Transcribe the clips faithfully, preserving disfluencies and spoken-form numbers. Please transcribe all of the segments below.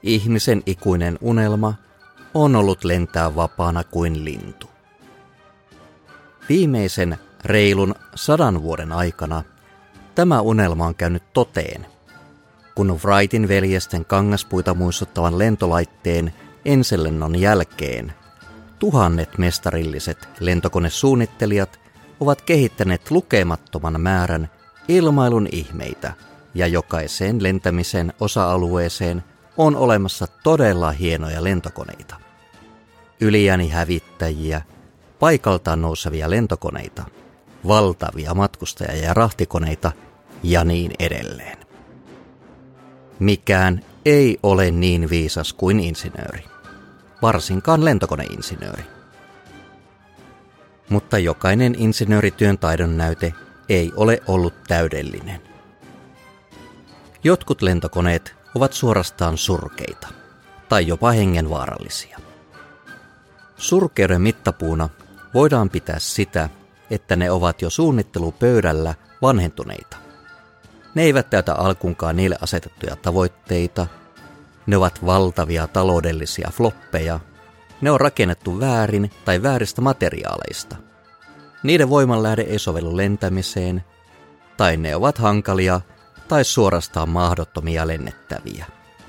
Ihmisen ikuinen unelma on ollut lentää vapaana kuin lintu. Viimeisen reilun sadan vuoden aikana tämä unelma on käynyt toteen, kun Wrightin veljesten kangaspuita muistuttavan lentolaitteen ensilennon jälkeen tuhannet mestarilliset lentokonesuunnittelijat ovat kehittäneet lukemattoman määrän ilmailun ihmeitä, ja jokaiseen lentämisen osa-alueeseen on olemassa todella hienoja lentokoneita. Yliäänihävittäjiä, paikaltaan nousevia lentokoneita, valtavia matkustaja- ja rahtikoneita ja niin edelleen. Mikään ei ole niin viisas kuin insinööri, varsinkaan lentokoneinsinööri. Mutta jokainen insinöörityön taidon näyte ei ole ollut täydellinen. Jotkut lentokoneet ovat suorastaan surkeita tai jopa hengenvaarallisia. Surkeuden mittapuuna voidaan pitää sitä, että ne ovat jo suunnittelupöydällä vanhentuneita. Ne eivät täytä alkuunkaan niille asetettuja tavoitteita, ne ovat valtavia taloudellisia floppeja, ne on rakennettu väärin tai vääristä materiaaleista. Niiden voimanlähde ei sovellu lentämiseen, tai ne ovat hankalia tai suorastaan mahdottomia lennettäviä.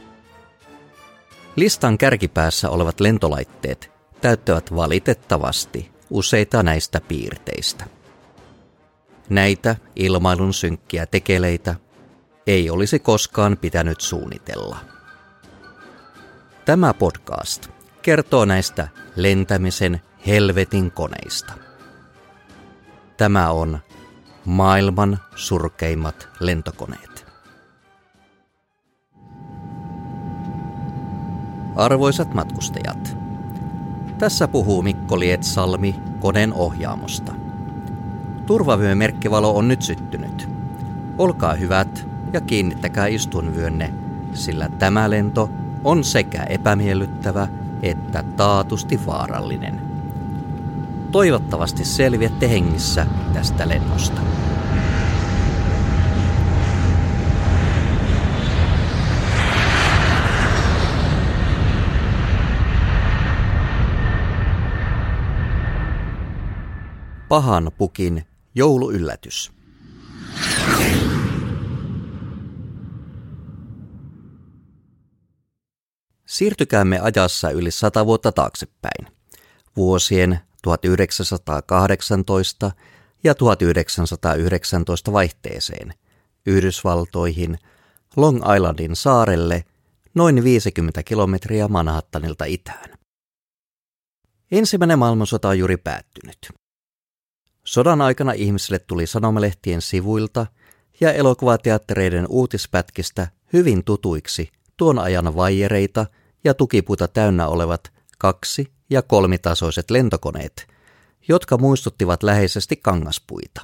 Listan kärkipäässä olevat lentolaitteet täyttävät valitettavasti useita näistä piirteistä. Näitä ilmailun synkkiä tekeleitä ei olisi koskaan pitänyt suunnitella. Tämä podcast kertoo näistä lentämisen helvetin koneista. Tämä on maailman surkeimmat lentokoneet. Arvoisat matkustajat, tässä puhuu Mikko Lietsalmi koneen ohjaamosta. Turvavyömerkkivalo on nyt syttynyt. Olkaa hyvät ja kiinnittäkää istunvyönne, sillä tämä lento on sekä epämiellyttävä että taatusti vaarallinen. Toivottavasti selviätte hengissä tästä lennosta. Pahan pukin jouluyllätys. Siirtykäämme ajassa yli sata vuotta taaksepäin, vuosien tuhatyhdeksänsataakahdeksantoista ja tuhatyhdeksänsataayhdeksäntoista vaihteeseen, Yhdysvaltoihin, Long Islandin saarelle, noin viisikymmentä kilometriä Manhattanilta itään. Ensimmäinen maailmansota on juuri päättynyt. Sodan aikana ihmisille tuli sanomalehtien sivuilta ja elokuvateattereiden uutispätkistä hyvin tutuiksi tuon ajan vaijereita ja tukipuita täynnä olevat kaksi- ja kolmitasoiset lentokoneet, jotka muistuttivat läheisesti kangaspuita.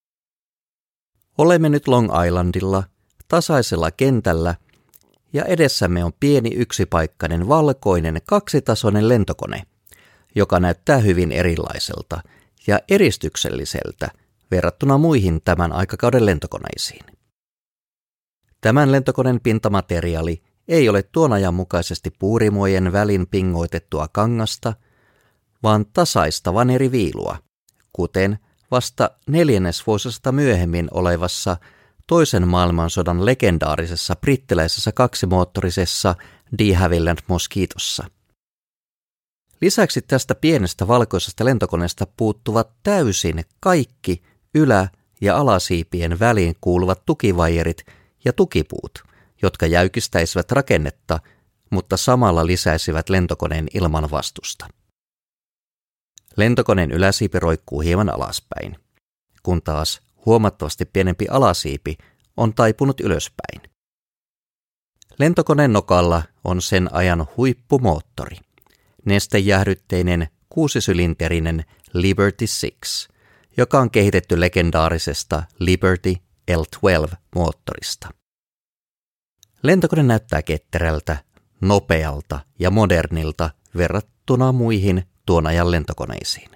Olemme nyt Long Islandilla, tasaisella kentällä, ja edessämme on pieni yksipaikkainen valkoinen kaksitasoinen lentokone, joka näyttää hyvin erilaiselta ja eristykselliseltä verrattuna muihin tämän aikakauden lentokoneisiin. Tämän lentokoneen pintamateriaali ei ole tuon ajan mukaisesti puurimuojen välin pingoitettua kangasta, vaan tasaista vaneriviilua, kuten vasta neljännesvuosista myöhemmin olevassa toisen maailmansodan legendaarisessa brittiläisessä kaksimoottorisessa de Havilland Mosquitossa. Lisäksi tästä pienestä valkoisesta lentokoneesta puuttuvat täysin kaikki ylä- ja alasiipien väliin kuuluvat tukivaijerit ja tukipuut, jotka jäykistäisivät rakennetta, mutta samalla lisäisivät lentokoneen ilmanvastusta. Lentokoneen yläsiipi roikkuu hieman alaspäin, kun taas huomattavasti pienempi alasiipi on taipunut ylöspäin. Lentokoneen nokalla on sen ajan huippumoottori, nestejäähdytteinen kuusisylinterinen Liberty six, joka on kehitetty legendaarisesta Liberty L kaksitoista-moottorista. Lentokone näyttää ketterältä, nopealta ja modernilta verrattuna muihin tuon ajan lentokoneisiin.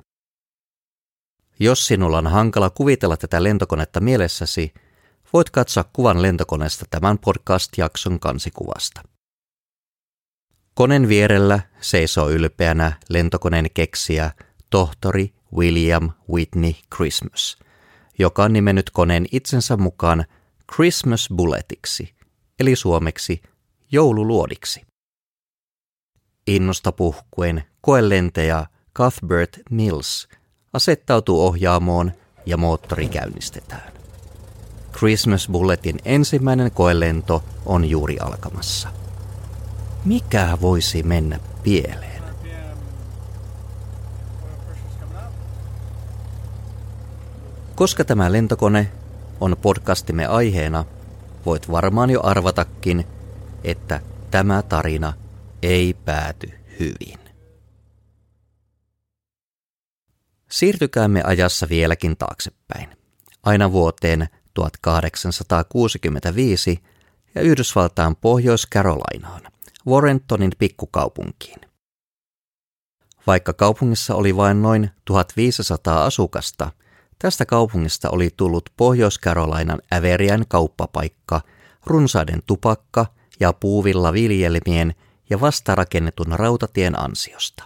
Jos sinulla on hankala kuvitella tätä lentokonetta mielessäsi, voit katsoa kuvan lentokoneesta tämän podcast-jakson kansikuvasta. Koneen vierellä seisoo ylpeänä lentokoneen keksijä tohtori William Whitney Christmas, joka on nimennyt koneen itsensä mukaan Christmas Bulletiksi, eli suomeksi joululuodiksi. Innosta puhkuen koelentäjä Cuthbert Mills asettautuu ohjaamoon ja moottori käynnistetään. Christmas Bulletin ensimmäinen koelento on juuri alkamassa. Mikä voisi mennä pieleen? Koska tämä lentokone on podcastimme aiheena, voit varmaan jo arvatakin, että tämä tarina ei pääty hyvin. Siirtykäämme ajassa vieläkin taaksepäin, aina vuoteen tuhatkahdeksansataakuusikymmentäviisi ja Yhdysvaltain Pohjois-Carolinaan, Warrentonin pikkukaupunkiin. Vaikka kaupungissa oli vain noin tuhatviisisataa asukasta, tästä kaupungista oli tullut Pohjois-Carolinan äveriän kauppapaikka runsaiden tupakka- ja puuvillaviljelmien ja vastarakennetun rautatien ansiosta.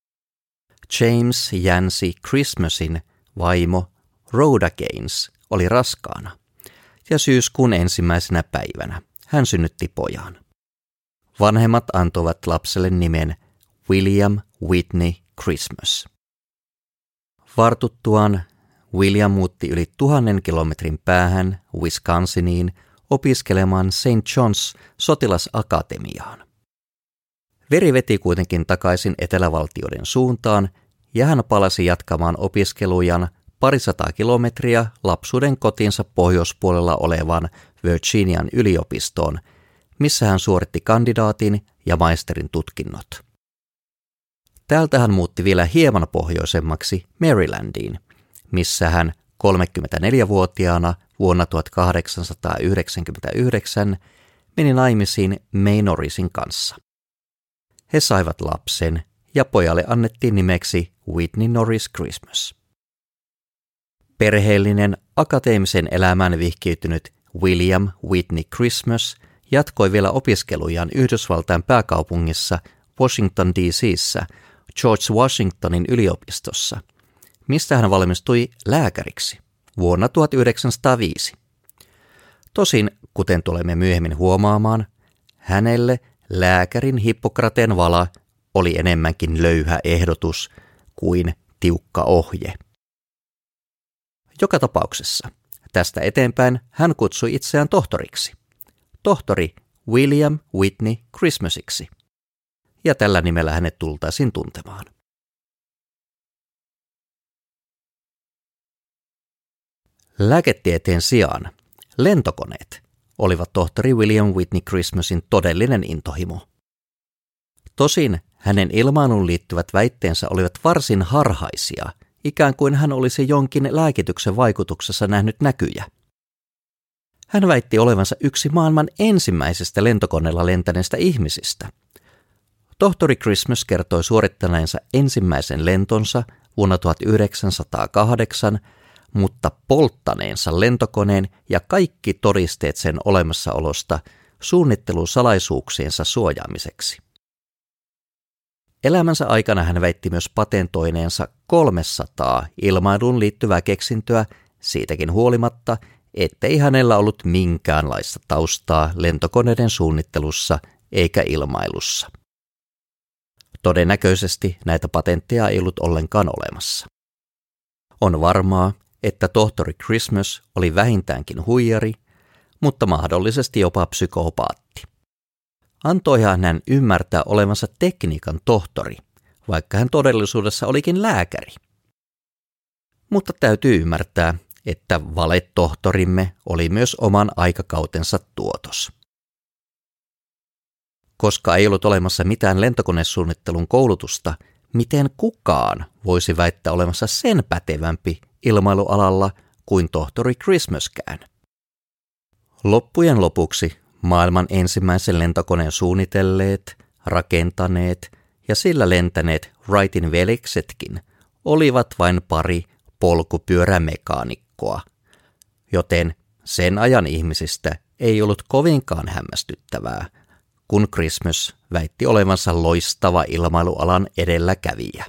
James Yancey Christmasin vaimo Rhoda Gaines oli raskaana, ja syyskuun ensimmäisenä päivänä hän synnytti pojan. Vanhemmat antoivat lapselle nimen William Whitney Christmas. Vartuttuaan William muutti yli tuhannen kilometrin päähän Wisconsiniin opiskelemaan Saint John's sotilasakatemiaan. Veri veti kuitenkin takaisin etelävaltioiden suuntaan ja hän palasi jatkamaan opiskelujaan parisataa kilometriä lapsuuden kotinsa pohjoispuolella olevaan Virginian yliopistoon, missä hän suoritti kandidaatin ja maisterin tutkinnot. Täältä hän muutti vielä hieman pohjoisemmaksi Marylandiin, missä hän kolmekymmentäneljävuotiaana vuonna tuhatkahdeksansataayhdeksänkymmentäyhdeksän meni naimisiin May Norrisin kanssa. He saivat lapsen ja pojalle annettiin nimeksi Whitney Norris Christmas. Perheellinen akateemisen elämään vihkiytynyt William Whitney Christmas jatkoi vielä opiskelujaan Yhdysvaltain pääkaupungissa Washington D C:ssä George Washingtonin yliopistossa, mistä hän valmistui lääkäriksi vuonna tuhatyhdeksänsataaviisi. Tosin, kuten tulemme myöhemmin huomaamaan, hänelle lääkärin Hippokrateen vala oli enemmänkin löyhä ehdotus kuin tiukka ohje. Joka tapauksessa tästä eteenpäin hän kutsui itseään tohtoriksi, tohtori William Whitney Christmasiksi, ja tällä nimellä hänet tultaisiin tuntemaan. Lääketieteen sijaan lentokoneet olivat tohtori William Whitney Christmasin todellinen intohimo. Tosin hänen ilmailuun liittyvät väitteensä olivat varsin harhaisia, ikään kuin hän olisi jonkin lääkityksen vaikutuksessa nähnyt näkyjä. Hän väitti olevansa yksi maailman ensimmäisistä lentokoneella lentäneistä ihmisistä. Tohtori Christmas kertoi suorittaneensa ensimmäisen lentonsa vuonna tuhatyhdeksänsataakahdeksan, mutta polttaneensa lentokoneen ja kaikki todisteet sen olemassaolosta suunnittelusalaisuuksiensa suojaamiseksi. Elämänsä aikana hän väitti myös patentoineensa kolmesataa ilmailuun liittyvää keksintöä siitäkin huolimatta, ettei hänellä ollut minkäänlaista taustaa lentokoneiden suunnittelussa eikä ilmailussa. Todennäköisesti näitä patentteja ei ollut ollenkaan olemassa. On varmaa, että tohtori Christmas oli vähintäänkin huijari, mutta mahdollisesti jopa psykopaatti. Antoihan hän ymmärtää olevansa tekniikan tohtori, vaikka hän todellisuudessa olikin lääkäri. Mutta täytyy ymmärtää, että valetohtorimme oli myös oman aikakautensa tuotos. Koska ei ollut olemassa mitään lentokonesuunnittelun koulutusta, miten kukaan voisi väittää olemassa sen pätevämpi ilmailualalla kuin tohtori Christmaskään? Loppujen lopuksi maailman ensimmäisen lentokoneen suunnitelleet, rakentaneet ja sillä lentäneet Wrightin veljeksetkin olivat vain pari polkupyörämekaanikkoa, joten sen ajan ihmisistä ei ollut kovinkaan hämmästyttävää, kun Christmas väitti olevansa loistava ilmailualan edelläkävijä.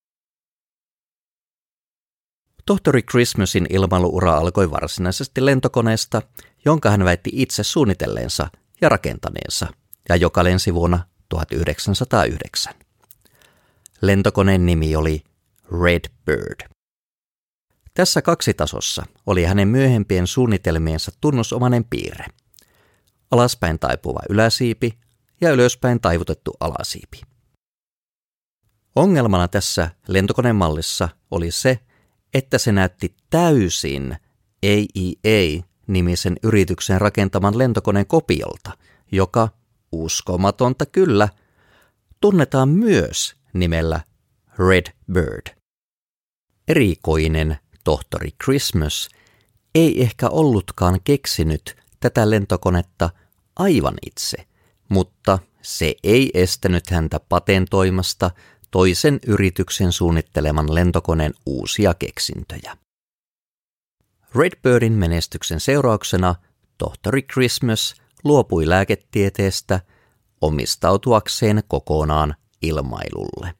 Tohtori Christmasin ilmailuura alkoi varsinaisesti lentokoneesta, jonka hän väitti itse suunnitelleensa ja rakentaneensa, ja joka lensi vuonna tuhatyhdeksänsataayhdeksän. Lentokoneen nimi oli Red Bird. Tässä kaksitasossa oli hänen myöhempien suunnitelmiensa tunnusomainen piirre. Alaspäin taipuva yläsiipi ja ylöspäin taivutettu alasiipi. Ongelmana tässä lentokonemallissa oli se, että se näytti täysin A E A-nimisen yrityksen rakentaman lentokoneen kopiolta, joka, uskomatonta kyllä, tunnetaan myös nimellä Red Bird. Erikoinen tohtori Christmas ei ehkä ollutkaan keksinyt tätä lentokonetta aivan itse, mutta se ei estänyt häntä patentoimasta toisen yrityksen suunnitteleman lentokoneen uusia keksintöjä. Redbirdin menestyksen seurauksena tohtori Christmas luopui lääketieteestä omistautuakseen kokonaan ilmailulle.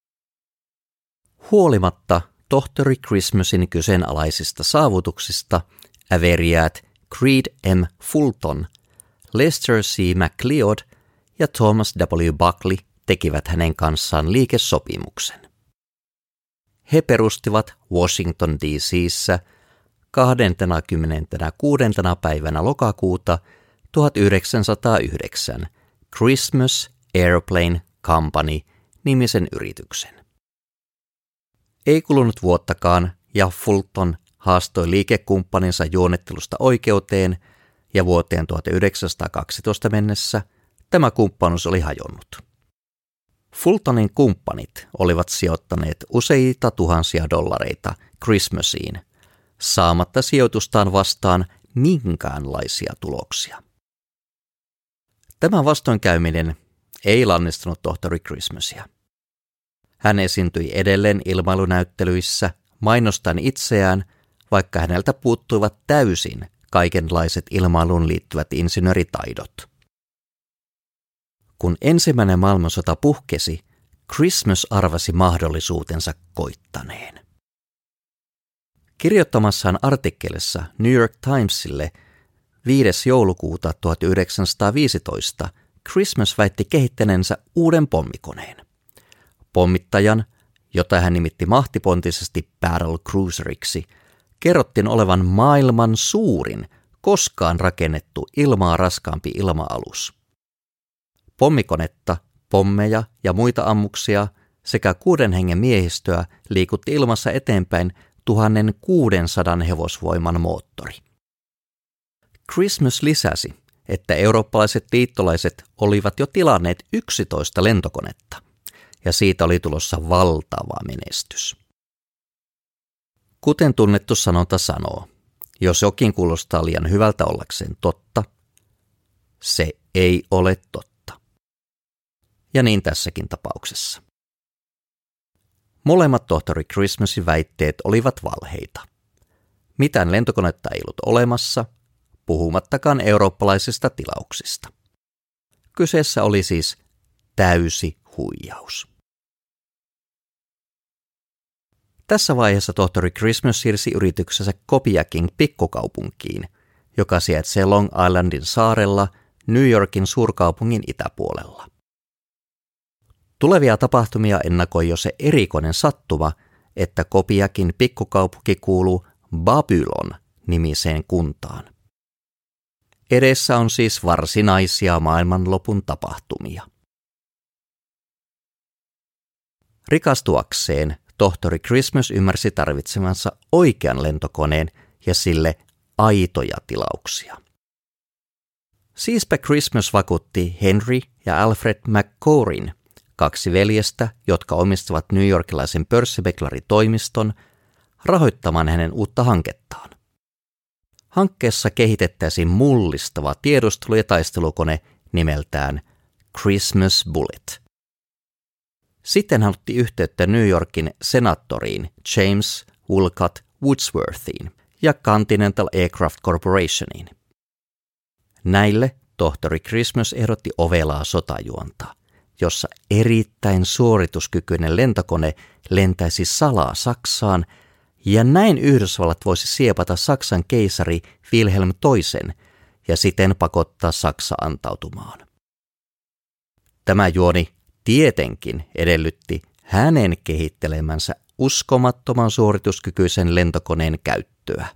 Huolimatta tohtori Christmasin kyseenalaisista saavutuksista äveriäät Creed M. Fulton, Lester C. MacLeod ja Thomas W. Buckley tekivät hänen kanssaan liikesopimuksen. He perustivat Washington D C:ssä kahdeskymmeneskuudes päivänä lokakuuta tuhatyhdeksänsataayhdeksän Christmas Airplane Company nimisen yrityksen. Ei kulunut vuottakaan ja Fulton haastoi liikekumppaninsa juonettelusta oikeuteen ja vuoteen tuhatyhdeksänsataakaksitoista mennessä tämä kumppanuus oli hajonnut. Fultonin kumppanit olivat sijoittaneet useita tuhansia dollareita Christmasiin, saamatta sijoitustaan vastaan minkäänlaisia tuloksia. Tämä vastoinkäyminen ei lannistanut tohtori Christmasia. Hän esiintyi edelleen ilmailunäyttelyissä mainostaan itseään, vaikka häneltä puuttuivat täysin kaikenlaiset ilmailuun liittyvät insinööritaidot. Kun ensimmäinen maailmansota puhkesi, Christmas arvasi mahdollisuutensa koittaneen. Kirjoittamassaan artikkelissa New York Timesille viides joulukuuta tuhatyhdeksänsataaviisitoista Christmas väitti kehittäneensä uuden pommikoneen. Pommittajan, jota hän nimitti mahtipontisesti Battle Cruiseriksi, kerrottiin olevan maailman suurin koskaan rakennettu ilmaa raskaampi ilma-alus. Pommikonetta, pommeja ja muita ammuksia sekä kuuden hengen miehistöä liikutti ilmassa eteenpäin tuhatkuusisataa hevosvoiman moottori. Christmas lisäsi, että eurooppalaiset liittolaiset olivat jo tilanneet yksitoista lentokonetta, ja siitä oli tulossa valtava menestys. Kuten tunnettu sanonta sanoo, jos jokin kuulostaa liian hyvältä ollakseen totta, se ei ole totta. Ja niin tässäkin tapauksessa. Molemmat tohtori Christmasin väitteet olivat valheita. Mitään lentokonetta ei ollut olemassa, puhumattakaan eurooppalaisista tilauksista. Kyseessä oli siis täysi huijaus. Tässä vaiheessa tohtori Christmas siirsi yrityksensä Copiacin pikkukaupunkiin, joka sijaitsee Long Islandin saarella New Yorkin suurkaupungin itäpuolella. Tulevia tapahtumia ennakoi jo se erikoinen sattuma, että Copiacin pikkukaupunki kuuluu Babylon-nimiseen kuntaan. Edessä on siis varsinaisia maailmanlopun tapahtumia. Rikastuakseen tohtori Christmas ymmärsi tarvitsemansa oikean lentokoneen ja sille aitoja tilauksia. Siispä Christmas vakuutti Henry ja Alfred McCorin, kaksi veljestä, jotka omistavat newyorkilaisen pörssimeklari-toimiston, rahoittamaan hänen uutta hankettaan. Hankkeessa kehitettäisiin mullistava tiedustelu- ja taistelukone nimeltään Christmas Bullet. Sitten hän otti yhteyttä New Yorkin senaattoriin James Wolcott Woodsworthiin ja Continental Aircraft Corporationiin. Näille tohtori Christmas ehdotti ovelaa sotajuonta, jossa erittäin suorituskykyinen lentokone lentäisi salaa Saksaan, ja näin Yhdysvallat voisi siepata Saksan keisari Wilhelm toisen ja siten pakottaa Saksa antautumaan. Tämä juoni tietenkin edellytti hänen kehittelemänsä uskomattoman suorituskykyisen lentokoneen käyttöä.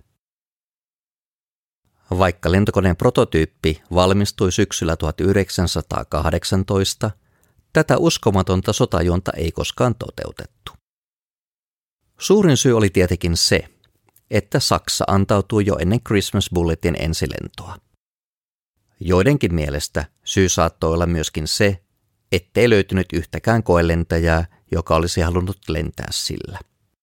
Vaikka lentokoneen prototyyppi valmistui syksyllä tuhatyhdeksänsataakahdeksantoista, tätä uskomatonta sotajuonta ei koskaan toteutettu. Suurin syy oli tietenkin se, että Saksa antautui jo ennen Christmas Bulletin ensilentoa. Joidenkin mielestä syy saattoi olla myöskin se, ettei löytynyt yhtäkään koelentäjää, joka olisi halunnut lentää sillä.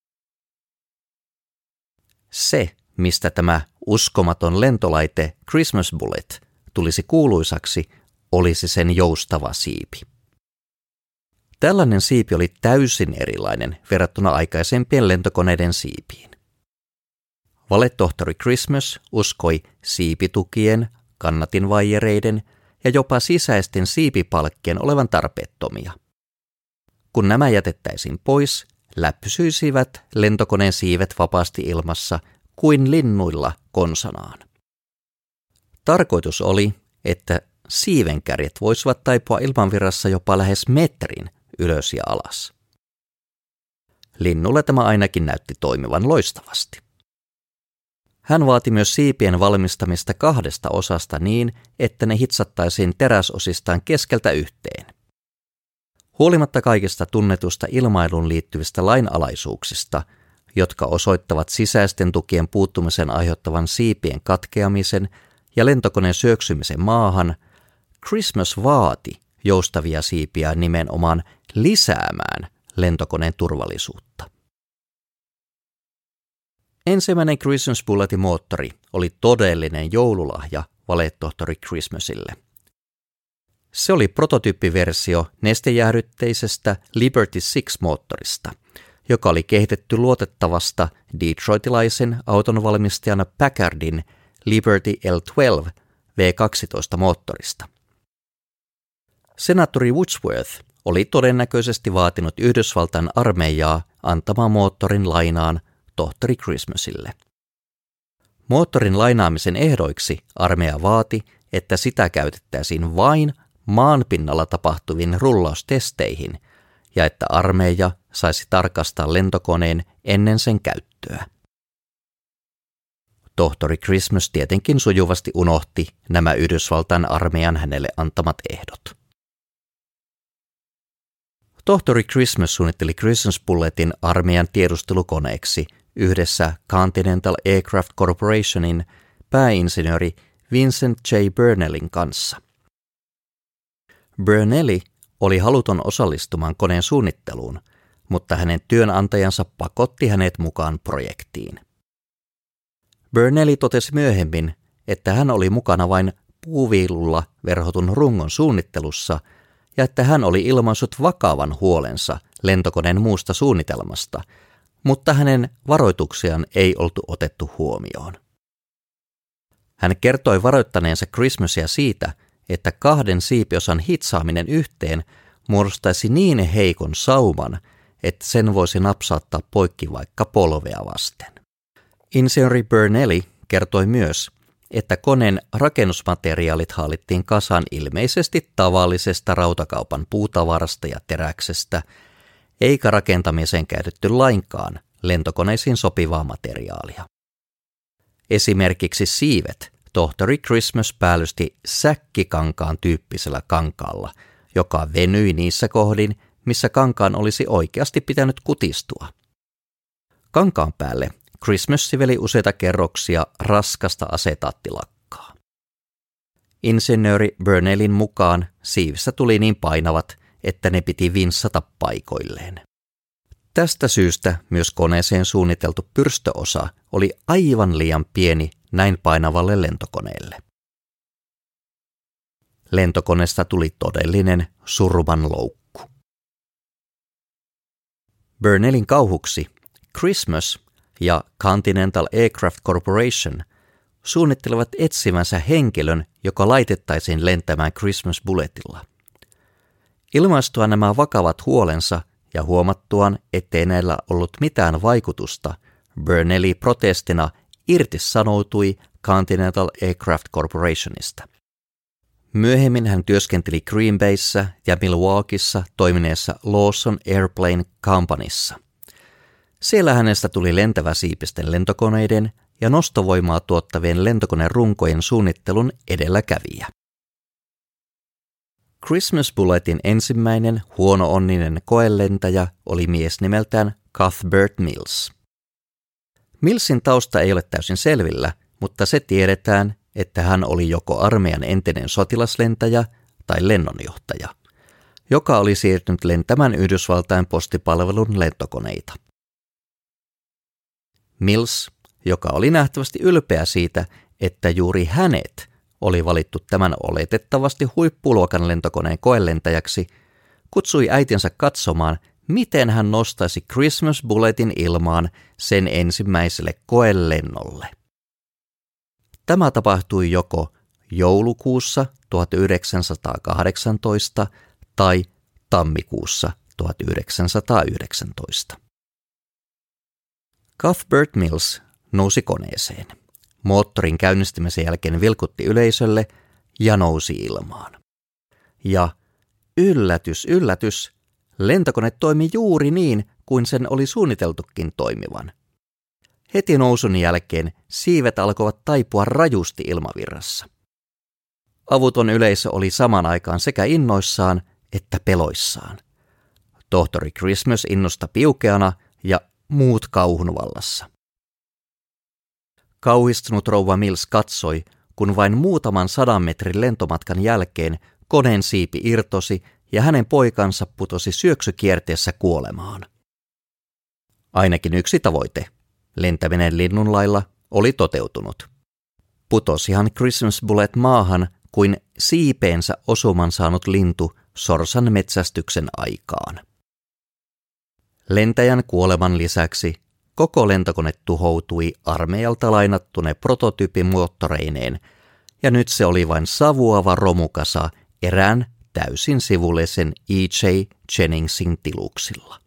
Se, mistä tämä uskomaton lentolaite Christmas Bullet tulisi kuuluisaksi, olisi sen joustava siipi. Tällainen siipi oli täysin erilainen verrattuna aikaisempien lentokoneiden siipiin. Valetohtori Christmas uskoi siipitukien, kannatinvaijereiden ja jopa sisäisten siipipalkkien olevan tarpeettomia. Kun nämä jätettäisiin pois, läpsyisivät lentokoneen siivet vapaasti ilmassa kuin linnuilla konsanaan. Tarkoitus oli, että siivenkärjet voisivat taipua ilmanvirrassa jopa lähes metrin ylös ja alas. Linnulle tämä ainakin näytti toimivan loistavasti. Hän vaati myös siipien valmistamista kahdesta osasta niin, että ne hitsattaisiin teräsosistaan keskeltä yhteen. Huolimatta kaikista tunnetusta ilmailuun liittyvistä lainalaisuuksista, jotka osoittavat sisäisten tukien puuttumisen aiheuttavan siipien katkeamisen ja lentokoneen syöksymisen maahan, Christmas vaati joustavia siipiä nimenomaan lisäämään lentokoneen turvallisuutta. Ensimmäinen Christmas Bulletin moottori oli todellinen joululahja valetohtori Christmasille. Se oli prototyyppiversio nestejäähdytteisestä Liberty Six-moottorista, joka oli kehitetty luotettavasta detroitilaisen autonvalmistajan Packardin Liberty L kaksitoista V kaksitoista moottorista. Senaattori Woodsworth oli todennäköisesti vaatinut Yhdysvaltain armeijaa antamaan moottorin lainaan tohtori Christmasille. Moottorin lainaamisen ehdoiksi armeija vaati, että sitä käytettäisiin vain maanpinnalla tapahtuviin rullaustesteihin ja että armeija saisi tarkastaa lentokoneen ennen sen käyttöä. Tohtori Christmas tietenkin sujuvasti unohti nämä Yhdysvaltain armeijan hänelle antamat ehdot. Tohtori Christmas suunnitteli Christmas Bulletin armeijan tiedustelukoneeksi yhdessä Continental Aircraft Corporationin pääinsinööri Vincent J. Burnellin kanssa. Burnelli oli haluton osallistumaan koneen suunnitteluun, mutta hänen työnantajansa pakotti hänet mukaan projektiin. Burnelli totesi myöhemmin, että hän oli mukana vain puuviilulla verhotun rungon suunnittelussa ja että hän oli ilmaissut vakavan huolensa lentokoneen muusta suunnitelmasta, mutta hänen varoituksiaan ei oltu otettu huomioon. Hän kertoi varoittaneensa Christmasia siitä, että kahden siipiosan hitsaaminen yhteen muodostaisi niin heikon sauman, että sen voisi napsauttaa poikki vaikka polvea vasten. Insinööri Burnelli kertoi myös, että koneen rakennusmateriaalit haalittiin kasaan ilmeisesti tavallisesta rautakaupan puutavarasta ja teräksestä, eikä rakentamiseen käytetty lainkaan lentokoneisiin sopivaa materiaalia. Esimerkiksi siivet tohtori Christmas päällysti säkkikankaan tyyppisellä kankaalla, joka venyi niissä kohdin, missä kankaan olisi oikeasti pitänyt kutistua. Kankaan päälle Christmas siveli useita kerroksia raskasta asetaattilakkaa. Insinööri Burnellin mukaan siivissä tuli niin painavat, että ne piti vinssata paikoilleen. Tästä syystä myös koneeseen suunniteltu pyrstöosa oli aivan liian pieni näin painavalle lentokoneelle. Lentokoneesta tuli todellinen surmanloukku. Burnellin kauhuksi Christmas ja Continental Aircraft Corporation suunnittelevat etsimänsä henkilön, joka laitettaisiin lentämään Christmas Bulletilla. Ilmaistuaan nämä vakavat huolensa ja huomattuaan, ettei näillä ollut mitään vaikutusta, Burnelli protestina irtisanoutui Continental Aircraft Corporationista. Myöhemmin hän työskenteli Green Bayssä ja Milwaukeeissa toimineessa Lawson Airplane Companyssa. Siellä hänestä tuli lentäväsiipisten lentokoneiden ja nostovoimaa tuottavien lentokonerunkojen suunnittelun edelläkävijä. Christmas Bulletin ensimmäinen huono-onninen koelentäjä oli mies nimeltään Cuthbert Mills. Millsin tausta ei ole täysin selvillä, mutta se tiedetään, että hän oli joko armeijan entinen sotilaslentäjä tai lennonjohtaja, joka oli siirtynyt lentämään Yhdysvaltain postipalvelun lentokoneita. Mills, joka oli nähtävästi ylpeä siitä, että juuri hänet oli valittu tämän oletettavasti huippuluokan lentokoneen koelentäjäksi, kutsui äitinsä katsomaan, miten hän nostaisi Christmas Bulletin ilmaan sen ensimmäiselle koelennolle. Tämä tapahtui joko joulukuussa tuhatyhdeksänsataakahdeksantoista tai tammikuussa tuhatyhdeksänsataayhdeksäntoista. Cuthbert Mills nousi koneeseen. Moottorin käynnistymisen jälkeen vilkutti yleisölle ja nousi ilmaan. Ja yllätys, yllätys, lentokone toimi juuri niin kuin sen oli suunniteltukin toimivan. Heti nousun jälkeen siivet alkoivat taipua rajusti ilmavirrassa. Avuton yleisö oli saman aikaan sekä innoissaan että peloissaan. Tohtori Christmas innosta piukeana ja muut kauhun vallassa. Kauhistunut rouva Mills katsoi, kun vain muutaman sadan metrin lentomatkan jälkeen koneen siipi irtosi ja hänen poikansa putosi syöksykierteessä kuolemaan. Ainakin yksi tavoite, lentäminen linnunlailla, oli toteutunut. Putosihan Christmas Bullet maahan kuin siipeensä osuman saanut lintu sorsan metsästyksen aikaan. Lentäjän kuoleman lisäksi koko lentokone tuhoutui armeijalta lainattune prototyyppimoottoreineen, ja nyt se oli vain savuava romukasa erään täysin sivullisen E J Jenningsin tiluksilla.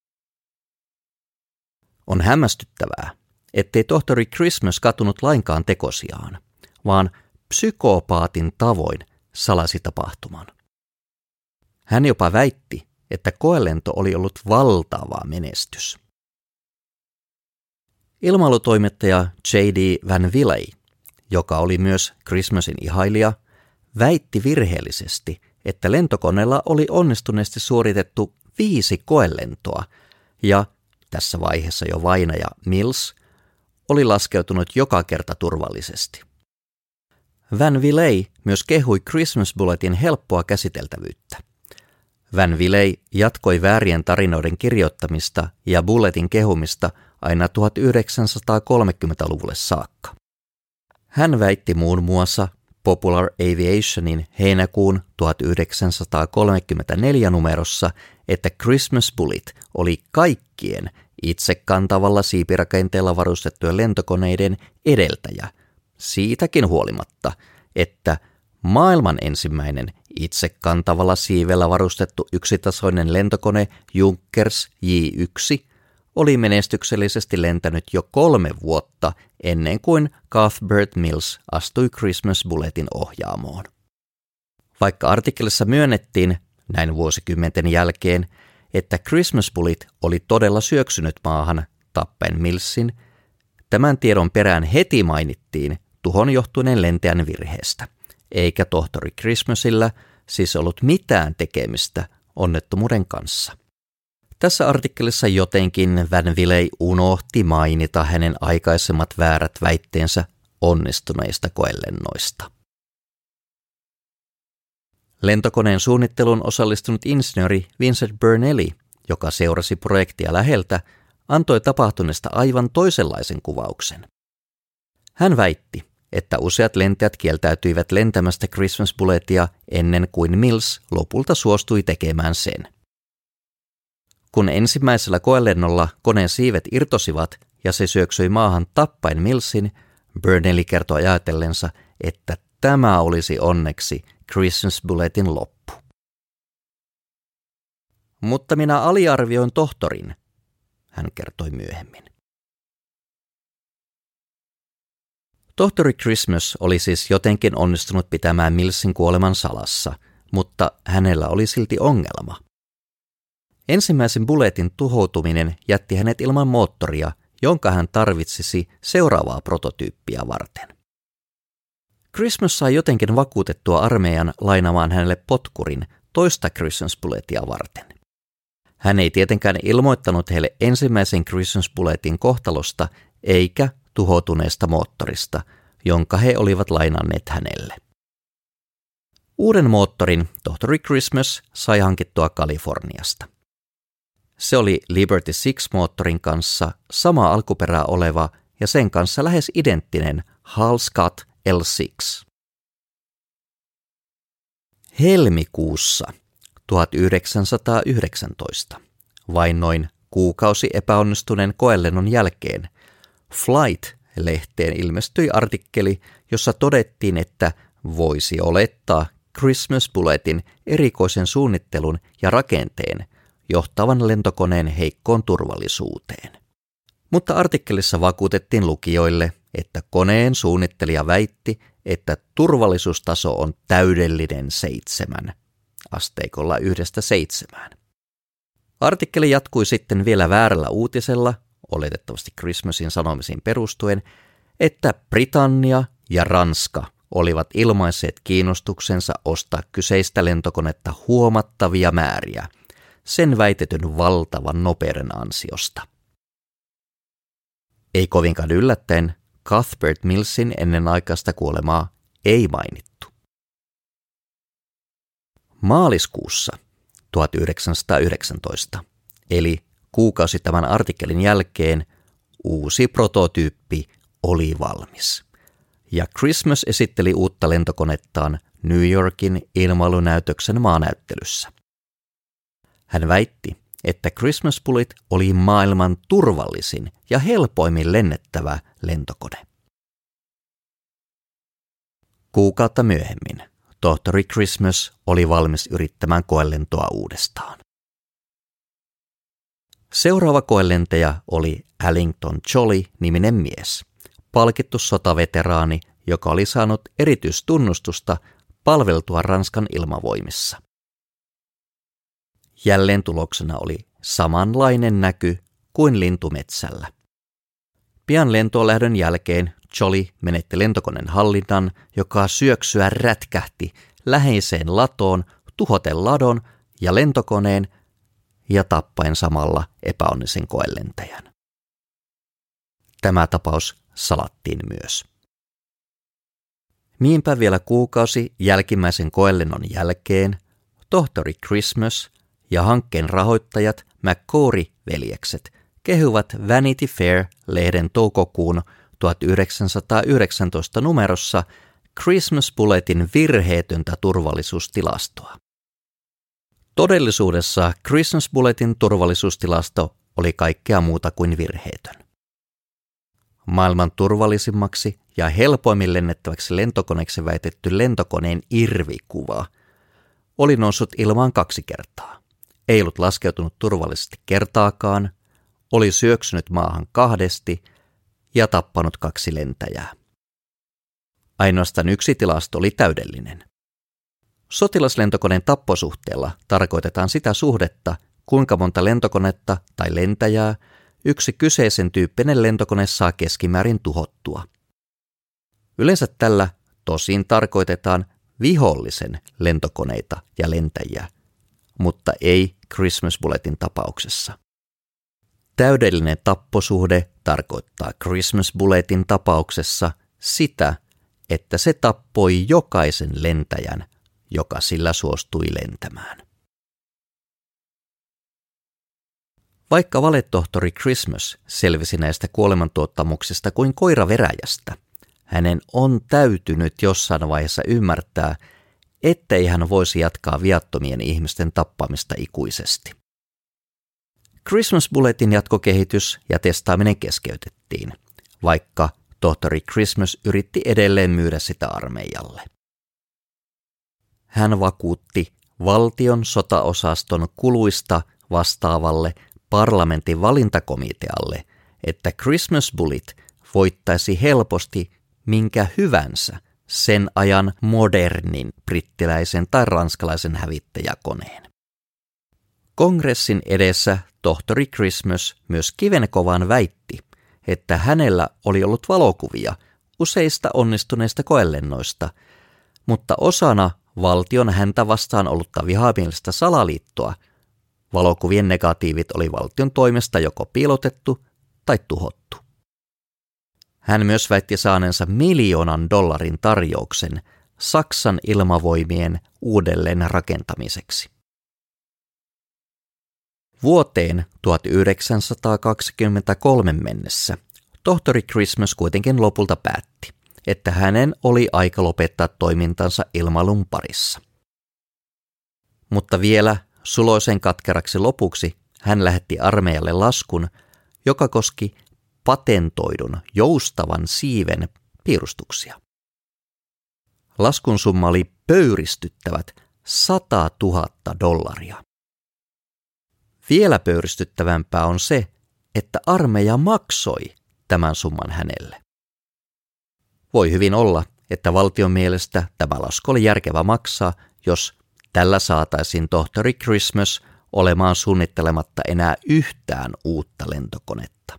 On hämmästyttävää, ettei tohtori Christmas katunut lainkaan tekosiaan, vaan psykopaatin tavoin salasi tapahtuman. Hän jopa väitti, että koelento oli ollut valtava menestys. Ilmailutoimittaja J D Van Villey, joka oli myös Christmasin ihailija, väitti virheellisesti, että lentokoneella oli onnistuneesti suoritettu viisi koelentoa ja tässä vaiheessa jo vainaja Mills oli laskeutunut joka kerta turvallisesti. Van Villey myös kehui Christmas Bulletin helppoa käsiteltävyyttä. Van Villey jatkoi väärien tarinoiden kirjoittamista ja Bulletin kehumista aina tuhatyhdeksänsataakolmekymmentäluvulle saakka. Hän väitti muun muassa Popular Aviationin heinäkuun tuhatyhdeksänsataakolmekymmentäneljä numerossa, että Christmas Bullet oli kaikkien itsekantavalla siipirakenteella varustettujen lentokoneiden edeltäjä, siitäkin huolimatta, että maailman ensimmäinen itsekantavalla siivellä varustettu yksitasoinen lentokone Junkers J yksi oli menestyksellisesti lentänyt jo kolme vuotta ennen kuin Cuthbert Mills astui Christmas Bulletin ohjaamoon. Vaikka artikkelissa myönnettiin näin vuosikymmenten jälkeen, että Christmas Bullet oli todella syöksynyt maahan tappaen Millsin, tämän tiedon perään heti mainittiin tuhon johtuneen lentäjän virheestä, eikä tohtori Christmasilla siis ollut mitään tekemistä onnettomuuden kanssa. Tässä artikkelissa jotenkin Van Villey unohti mainita hänen aikaisemmat väärät väitteensä onnistuneista koelennoista. Lentokoneen suunnitteluun osallistunut insinööri Vincent Burnelli, joka seurasi projektia läheltä, antoi tapahtuneesta aivan toisenlaisen kuvauksen. Hän väitti, että useat lentäjät kieltäytyivät lentämästä Christmas Bulletia ennen kuin Mills lopulta suostui tekemään sen. Kun ensimmäisellä koelennolla koneen siivet irtosivat ja se syöksyi maahan tappaen Millsin, Burnelli kertoi ajatellensa, että tämä olisi onneksi Christmas Bulletin loppu. Mutta minä aliarvioin tohtorin, hän kertoi myöhemmin. Tohtori Christmas oli siis jotenkin onnistunut pitämään Millsin kuoleman salassa, mutta hänellä oli silti ongelma. Ensimmäisen bulletin tuhoutuminen jätti hänet ilman moottoria, jonka hän tarvitsisi seuraavaa prototyyppiä varten. Christmas sai jotenkin vakuutettua armeijan lainamaan hänelle potkurin toista Christmas Bulletia varten. Hän ei tietenkään ilmoittanut heille ensimmäisen Christmas Bulletin kohtalosta eikä tuhoutuneesta moottorista, jonka he olivat lainanneet hänelle. Uuden moottorin tohtori Christmas sai hankittua Kaliforniasta. Se oli Liberty Six-moottorin kanssa sama alkuperää oleva ja sen kanssa lähes identtinen Hal Scott L kuusi. Helmikuussa tuhatyhdeksänsataayhdeksäntoista, vain noin kuukausi epäonnistuneen koelennon jälkeen, Flight-lehteen ilmestyi artikkeli, jossa todettiin, että voisi olettaa Christmas Bulletin erikoisen suunnittelun ja rakenteen johtavan lentokoneen heikkoon turvallisuuteen. Mutta artikkelissa vakuutettiin lukijoille, että koneen suunnittelija väitti, että turvallisuustaso on täydellinen seitsemän, asteikolla yhdestä seitsemään. Artikkeli jatkui sitten vielä väärällä uutisella, oletettavasti Christmasin sanomisiin perustuen, että Britannia ja Ranska olivat ilmaisseet kiinnostuksensa ostaa kyseistä lentokonetta huomattavia määriä sen väitetyn valtavan nopeuden ansiosta. Ei kovinkaan yllättäen Cuthbert Millsin ennenaikaista kuolemaa ei mainittu. Maaliskuussa tuhatyhdeksänsataayhdeksäntoista, eli kuukausi tämän artikkelin jälkeen, uusi prototyyppi oli valmis. Ja Christmas esitteli uutta lentokonettaan New Yorkin ilmailunäytöksen maanäyttelyssä. Hän väitti, että Christmas Bullet oli maailman turvallisin ja helpoimmin lennettävä lentokone. Kuukautta myöhemmin tohtori Christmas oli valmis yrittämään koelentoa uudestaan. Seuraava koelentäjä oli Allington Jolly-niminen mies, palkittu sotaveteraani, joka oli saanut erityistunnustusta palveltua Ranskan ilmavoimissa. Jälleen tuloksena oli samanlainen näky kuin lintumetsällä. Pian lentolähdön jälkeen Jolly menetti lentokoneen hallinnan, joka syöksyä rätkähti läheiseen latoon, tuhoten ladon ja lentokoneen ja tappaen samalla epäonnisen koelentäjän. Tämä tapaus salattiin myös. Niinpä vielä kuukausi jälkimmäisen koelennon jälkeen tohtori Christmas ja hankkeen rahoittajat McCory-veljekset kehuvat Vanity Fair-lehden toukokuun tuhatyhdeksänsataayhdeksäntoista numerossa Christmas Bulletin virheetöntä turvallisuustilastoa. Todellisuudessa Christmas Bulletin turvallisuustilasto oli kaikkea muuta kuin virheetön. Maailman turvallisimmaksi ja helpoimmin lennettäväksi lentokoneeksi väitetty lentokoneen irvikuva oli noussut ilmaan kaksi kertaa. Ei ollut laskeutunut turvallisesti kertaakaan, oli syöksynyt maahan kahdesti ja tappanut kaksi lentäjää. Ainoastaan yksi tilasto oli täydellinen. Sotilaslentokoneen tapposuhteella tarkoitetaan sitä suhdetta, kuinka monta lentokonetta tai lentäjää yksi kyseisen tyyppinen lentokone saa keskimäärin tuhottua. Yleensä tällä tosin tarkoitetaan vihollisen lentokoneita ja lentäjiä, mutta ei Christmas Bulletin tapauksessa. Täydellinen tapposuhde tarkoittaa Christmas Bulletin tapauksessa sitä, että se tappoi jokaisen lentäjän, joka sillä suostui lentämään. Vaikka valetohtori Christmas selvisi näistä kuolemantuottamuksista kuin koira veräjästä, hänen on täytynyt jossain vaiheessa ymmärtää, ettei hän voisi jatkaa viattomien ihmisten tappamista ikuisesti. Christmas Bulletin jatkokehitys ja testaaminen keskeytettiin, vaikka tohtori Christmas yritti edelleen myydä sitä armeijalle. Hän vakuutti valtion sotaosaston kuluista vastaavalle parlamentin valintakomitealle, että Christmas Bullet voittaisi helposti minkä hyvänsä sen ajan modernin brittiläisen tai ranskalaisen hävittäjäkoneen. Kongressin edessä tohtori Christmas myös kivenkovan väitti, että hänellä oli ollut valokuvia useista onnistuneista koelennoista, mutta osana valtion häntä vastaan ollutta vihamielistä salaliittoa valokuvien negatiivit oli valtion toimesta joko piilotettu tai tuhottu. Hän myös väitti saaneensa miljoonan dollarin tarjouksen Saksan ilmavoimien uudelleen rakentamiseksi. Vuoteen tuhatyhdeksänsataakaksikymmentäkolme mennessä tohtori Christmas kuitenkin lopulta päätti, että hänen oli aika lopettaa toimintansa ilmailun parissa. Mutta vielä suloisen katkeraksi lopuksi hän lähetti armeijalle laskun, joka koski patentoidun joustavan siiven piirustuksia. Laskun summa oli pöyristyttävät sata tuhatta dollaria. Vielä pöyristyttävämpää on se, että armeija maksoi tämän summan hänelle. Voi hyvin olla, että valtion mielestä tämä lasku oli järkevä maksaa, jos tällä saataisiin tohtori Christmas olemaan suunnittelematta enää yhtään uutta lentokonetta.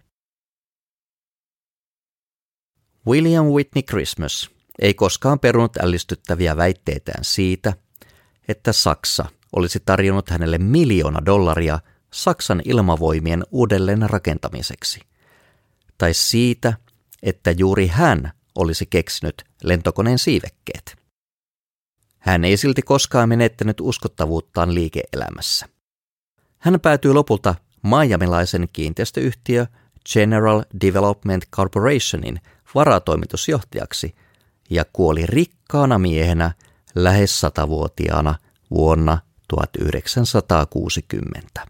William Whitney Christmas ei koskaan perunut ällistyttäviä väitteitään siitä, että Saksa olisi tarjonnut hänelle miljoona dollaria Saksan ilmavoimien uudelleen rakentamiseksi, tai siitä, että juuri hän olisi keksinyt lentokoneen siivekkeet. Hän ei silti koskaan menettänyt uskottavuuttaan liike-elämässä. Hän päätyi lopulta miamilaisen kiinteistöyhtiö General Development Corporationin varatoimitusjohtajaksi ja kuoli rikkaana miehenä lähes satavuotiaana vuonna tuhatyhdeksänsataakuusikymmentä.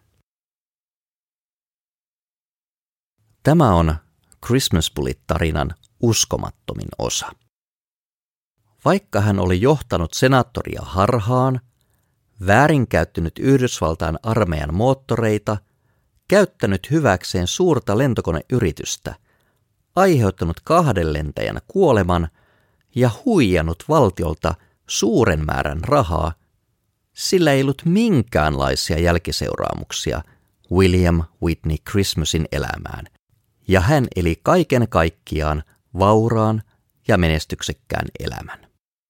Tämä on Christmas Bullet-tarinan uskomattomin osa. Vaikka hän oli johtanut senaattoria harhaan, väärinkäyttänyt Yhdysvaltain armeijan moottoreita, käyttänyt hyväkseen suurta lentokoneyritystä, aiheuttanut kahden lentäjän kuoleman ja huijannut valtiolta suuren määrän rahaa, sillä ei ollut minkäänlaisia jälkiseuraamuksia William Whitney Christmasin elämään, ja hän eli kaiken kaikkiaan vauraan ja menestyksekkään elämän.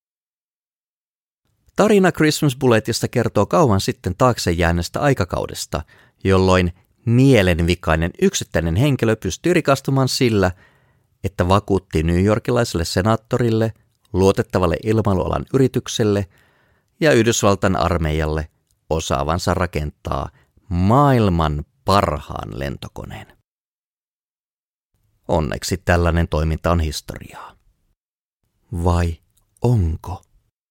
Tarina Christmas Bulletista kertoo kauan sitten taakse jääneestä aikakaudesta, jolloin mielenvikainen yksittäinen henkilö pystyi rikastumaan sillä, että vakuutti newyorkilaiselle senaattorille, luotettavalle ilmailualan yritykselle ja Yhdysvaltain armeijalle osaavansa rakentaa maailman parhaan lentokoneen. Onneksi tällainen toiminta on historiaa. Vai onko?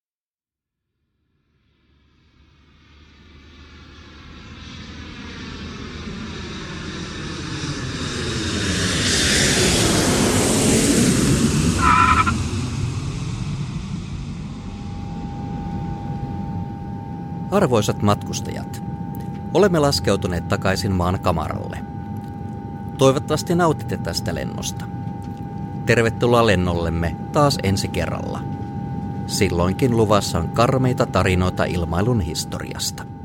Arvoisat matkustajat, olemme laskeutuneet takaisin maan kamaralle. Toivottavasti nautitte tästä lennosta. Tervetuloa lennollemme taas ensi kerralla. Silloinkin luvassa on karmeita tarinoita ilmailun historiasta.